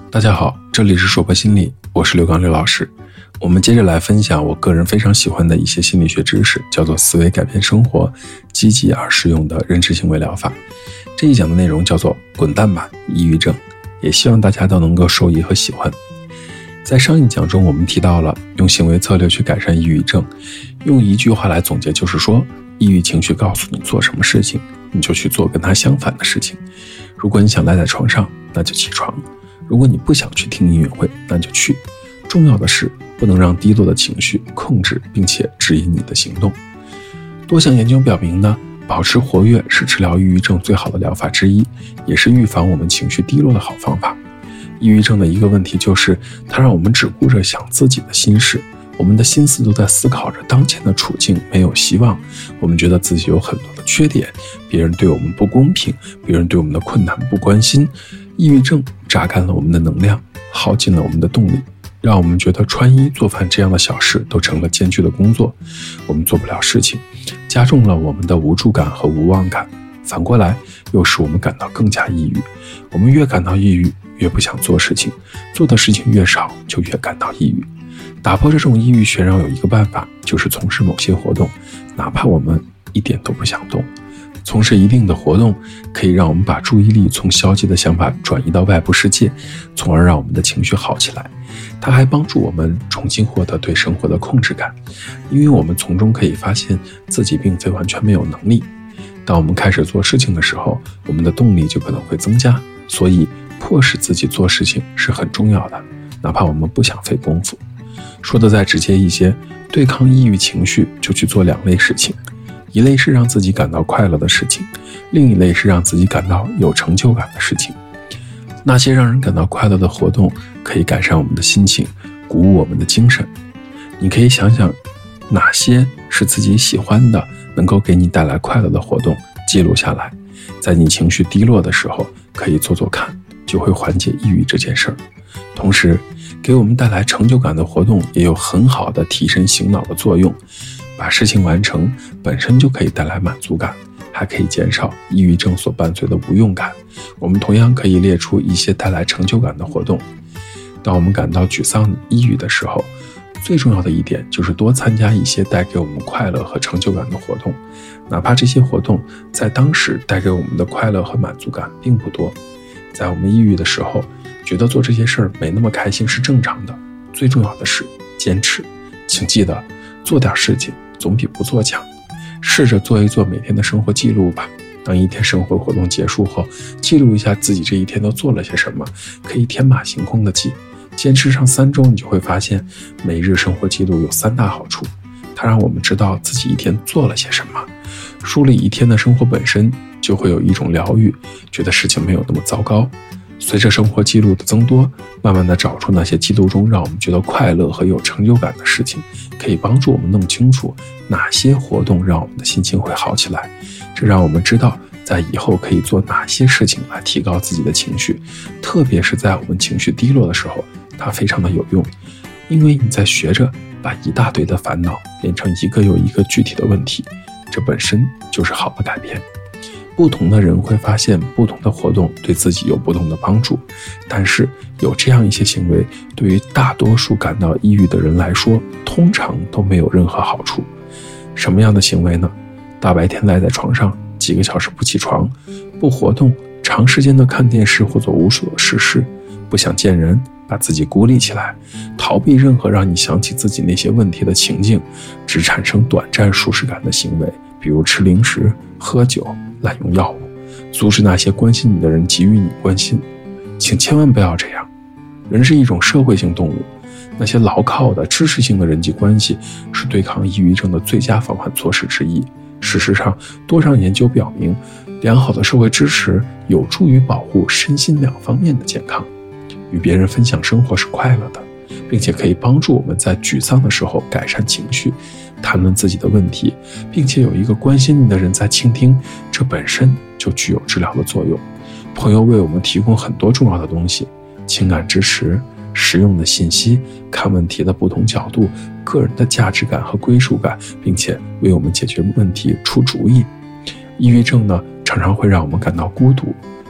大家好，这里是说破心理，我是刘刚刘老师。我们接着来分享我个人非常喜欢的一些心理学知识，叫做思维改变生活，积极而实用的认知行为疗法。这一讲的内容叫做滚蛋吧抑郁症，也希望大家都能够受益和喜欢。在上一讲中我们提到了用行为策略去改善抑郁症，用一句话来总结就是说，抑郁情绪告诉你做什么事情，你就去做跟它相反的事情。如果你想赖在床上，那就起床；如果你不想去听音乐会，那就去。重要的是不能让低落的情绪控制并且指引你的行动。多项研究表明呢，保持活跃是治疗抑郁症最好的疗法之一，也是预防我们情绪低落的好方法。抑郁症的一个问题就是它让我们只顾着想自己的心事，我们的心思都在思考着当前的处境没有希望，我们觉得自己有很多的缺点，别人对我们不公平，别人对我们的困难不关心。抑郁症榨干了我们的能量，耗尽了我们的动力，让我们觉得穿衣做饭这样的小事都成了艰巨的工作，我们做不了事情，加重了我们的无助感和无望感，反过来又使我们感到更加抑郁。我们越感到抑郁，越不想做事情，做的事情越少，就越感到抑郁。打破这种抑郁旋绕有一个办法，就是从事某些活动，哪怕我们一点都不想动。从事一定的活动可以让我们把注意力从消极的想法转移到外部世界，从而让我们的情绪好起来。它还帮助我们重新获得对生活的控制感，因为我们从中可以发现自己并非完全没有能力。当我们开始做事情的时候，我们的动力就可能会增加，所以迫使自己做事情是很重要的，哪怕我们不想费功夫。说的再直接一些，对抗抑郁情绪就去做两类事情，一类是让自己感到快乐的事情，另一类是让自己感到有成就感的事情。那些让人感到快乐的活动可以改善我们的心情，鼓舞我们的精神。你可以想想哪些是自己喜欢的，能够给你带来快乐的活动，记录下来，在你情绪低落的时候可以做做看，就会缓解抑郁这件事儿。同时给我们带来成就感的活动也有很好的提神醒脑的作用，把事情完成本身就可以带来满足感，还可以减少抑郁症所伴随的无用感。我们同样可以列出一些带来成就感的活动。当我们感到沮丧抑郁的时候，最重要的一点就是多参加一些带给我们快乐和成就感的活动，哪怕这些活动在当时带给我们的快乐和满足感并不多。在我们抑郁的时候，觉得做这些事儿没那么开心是正常的，最重要的是坚持。请记得做点事情总比不做强，试着做一做每天的生活记录吧。当一天生活活动结束后，记录一下自己这一天都做了些什么，可以天马行空的记。坚持上3周，你就会发现每日生活记录有3大好处。它让我们知道自己一天做了些什么，梳理一天的生活本身就会有一种疗愈，觉得事情没有那么糟糕。随着生活记录的增多，慢慢的找出那些记录中让我们觉得快乐和有成就感的事情，可以帮助我们弄清楚哪些活动让我们的心情会好起来，这让我们知道在以后可以做哪些事情来提高自己的情绪，特别是在我们情绪低落的时候，它非常的有用，因为你在学着把一大堆的烦恼变成一个又一个具体的问题，这本身就是好的改变。不同的人会发现不同的活动对自己有不同的帮助，但是有这样一些行为对于大多数感到抑郁的人来说，通常都没有任何好处。什么样的行为呢？大白天赖在床上几个小时不起床，不活动，长时间的看电视或做无所事事，不想见人，把自己孤立起来，逃避任何让你想起自己那些问题的情境，只产生短暂舒适感的行为，比如吃零食、喝酒、滥用药物，阻止那些关心你的人给予你关心。请千万不要这样，人是一种社会性动物，那些牢靠的支持性的人际关系是对抗抑郁症的最佳防范措施之一。事实上，多项研究表明，良好的社会支持有助于保护身心两方面的健康。与别人分享生活是快乐的，并且可以帮助我们在沮丧的时候改善情绪，谈论自己的问题，并且有一个关心你的人在倾听，这本身就具有治疗的作用。朋友为我们提供很多重要的东西，情感支持、实用的信息、看问题的不同角度、个人的价值感和归属感，并且为我们解决问题出主意。抑郁症呢，常常会让我们感到孤独，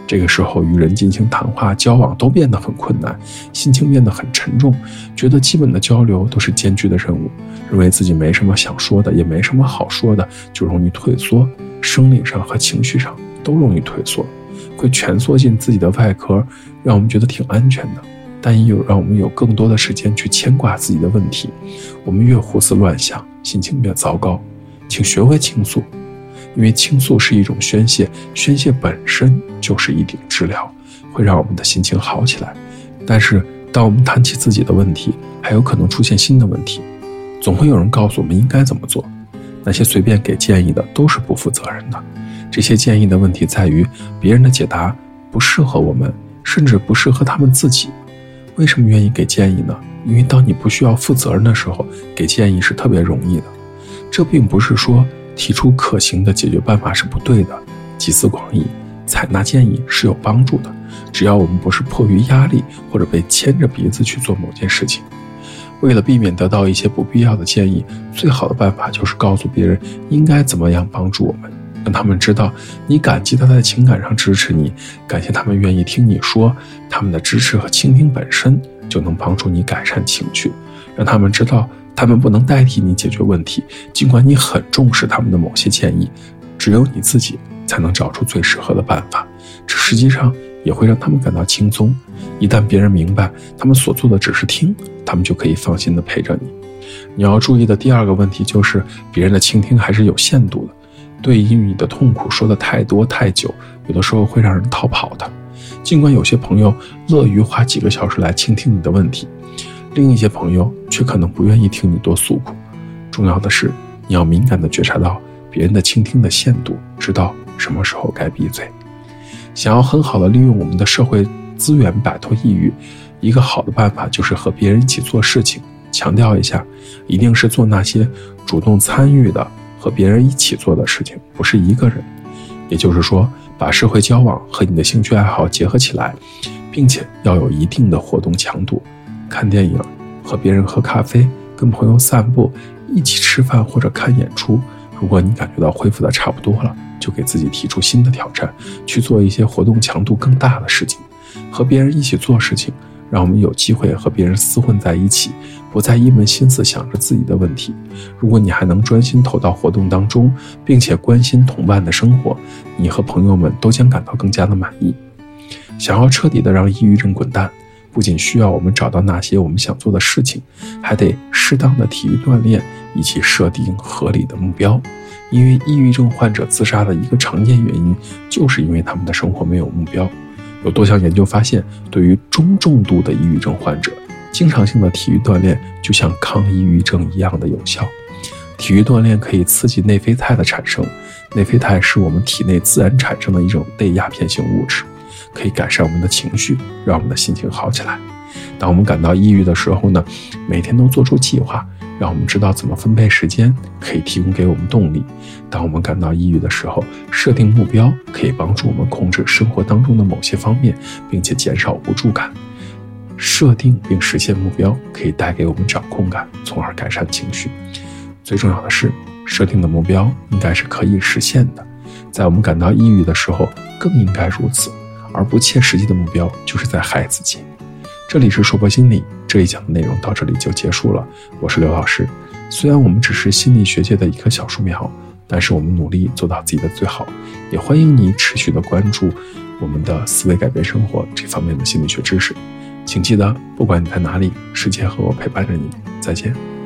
这个时候与人进行谈话交往都变得很困难，心情变得很沉重，觉得基本的交流都是艰巨的任务，认为自己没什么想说的，也没什么好说的，就容易退缩，生理上和情绪上都容易退缩，会蜷缩进自己的外壳，让我们觉得挺安全的，但也有让我们有更多的时间去牵挂自己的问题。我们越胡思乱想，心情越糟糕。请学会倾诉，因为倾诉是一种宣泄，宣泄本身就是一种治疗，会让我们的心情好起来。但是当我们谈起自己的问题，还有可能出现新的问题，总会有人告诉我们应该怎么做。那些随便给建议的都是不负责任的，这些建议的问题在于别人的解答不适合我们，甚至不适合他们自己。为什么愿意给建议呢？因为当你不需要负责任的时候，给建议是特别容易的。这并不是说提出可行的解决办法是不对的，集思广益，采纳建议是有帮助的，只要我们不是迫于压力或者被牵着鼻子去做某件事情。为了避免得到一些不必要的建议，最好的办法就是告诉别人应该怎么样帮助我们，让他们知道你感激他在情感上支持你，感谢他们愿意听你说，他们的支持和倾听本身就能帮助你改善情绪，让他们知道他们不能代替你解决问题，尽管你很重视他们的某些建议，只有你自己才能找出最适合的办法。这实际上也会让他们感到轻松，一旦别人明白他们所做的只是听，他们就可以放心地陪着你。你要注意的第二个问题就是别人的倾听还是有限度的，对于你的痛苦说的太多太久，有的时候会让人逃跑的。尽管有些朋友乐于花几个小时来倾听你的问题，另一些朋友却可能不愿意听你多诉苦。重要的是你要敏感地觉察到别人的倾听的限度，知道什么时候该闭嘴。想要很好地利用我们的社会资源摆脱抑郁，一个好的办法就是和别人一起做事情。强调一下，一定是做那些主动参与的和别人一起做的事情，不是一个人。也就是说，把社会交往和你的兴趣爱好结合起来，并且要有一定的活动强度。看电影，和别人喝咖啡，跟朋友散步，一起吃饭或者看演出。如果你感觉到恢复的差不多了，就给自己提出新的挑战，去做一些活动强度更大的事情。和别人一起做事情，让我们有机会和别人厮混在一起，不再一门心思想着自己的问题。如果你还能专心投到活动当中，并且关心同伴的生活，你和朋友们都将感到更加的满意。想要彻底的让抑郁症滚蛋，不仅需要我们找到那些我们想做的事情，还得适当的体育锻炼，以及设定合理的目标。因为抑郁症患者自杀的一个常见原因，就是因为他们的生活没有目标。有多项研究发现，对于中重度的抑郁症患者，经常性的体育锻炼就像抗抑郁症一样的有效。体育锻炼可以刺激内啡肽的产生，内啡肽是我们体内自然产生的一种类鸦片性物质，可以改善我们的情绪，让我们的心情好起来。当我们感到抑郁的时候呢，每天都做出计划，让我们知道怎么分配时间，可以提供给我们动力。当我们感到抑郁的时候，设定目标可以帮助我们控制生活当中的某些方面，并且减少无助感。设定并实现目标可以带给我们掌控感，从而改善情绪。最重要的是，设定的目标应该是可以实现的，在我们感到抑郁的时候更应该如此，而不切实际的目标就是在害自己。这里是说博心理，这一讲的内容到这里就结束了。我是刘老师。虽然我们只是心理学界的一棵小树苗，但是我们努力做到自己的最好。也欢迎你持续的关注我们的思维改变生活这方面的心理学知识。请记得，不管你在哪里，世界和我陪伴着你。再见。